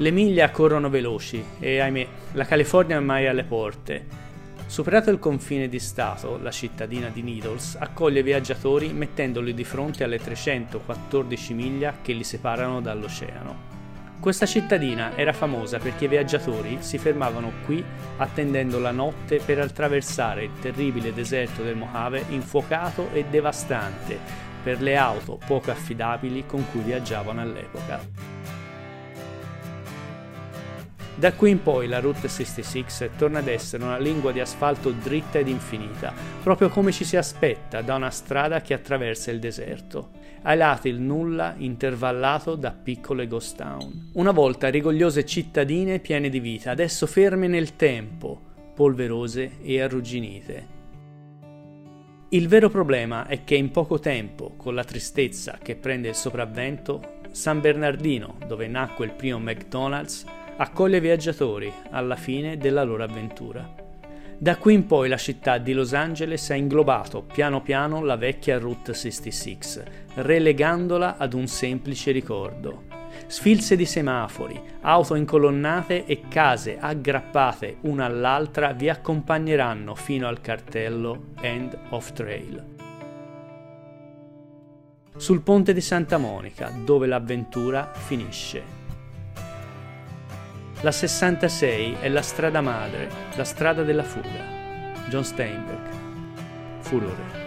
Le miglia corrono veloci e, ahimè, la California è ormai alle porte. Superato il confine di stato, la cittadina di Needles accoglie i viaggiatori mettendoli di fronte alle 314 miglia che li separano dall'oceano. Questa cittadina era famosa perché i viaggiatori si fermavano qui attendendo la notte per attraversare il terribile deserto del Mojave infuocato e devastante per le auto poco affidabili con cui viaggiavano all'epoca. Da qui in poi la Route 66 torna ad essere una lingua di asfalto dritta ed infinita, proprio come ci si aspetta da una strada che attraversa il deserto. Ai lati il nulla intervallato da piccole ghost town. Una volta rigogliose cittadine piene di vita, adesso ferme nel tempo, polverose e arrugginite. Il vero problema è che in poco tempo, con la tristezza che prende il sopravvento, San Bernardino, dove nacque il primo McDonald's, accoglie i viaggiatori alla fine della loro avventura. Da qui in poi la città di Los Angeles ha inglobato piano piano la vecchia Route 66, relegandola ad un semplice ricordo. Sfilze di semafori, auto incolonnate e case aggrappate una all'altra vi accompagneranno fino al cartello End of Trail. Sul ponte di Santa Monica, dove l'avventura finisce. La 66 è la strada madre, la strada della fuga. John Steinbeck. Furore.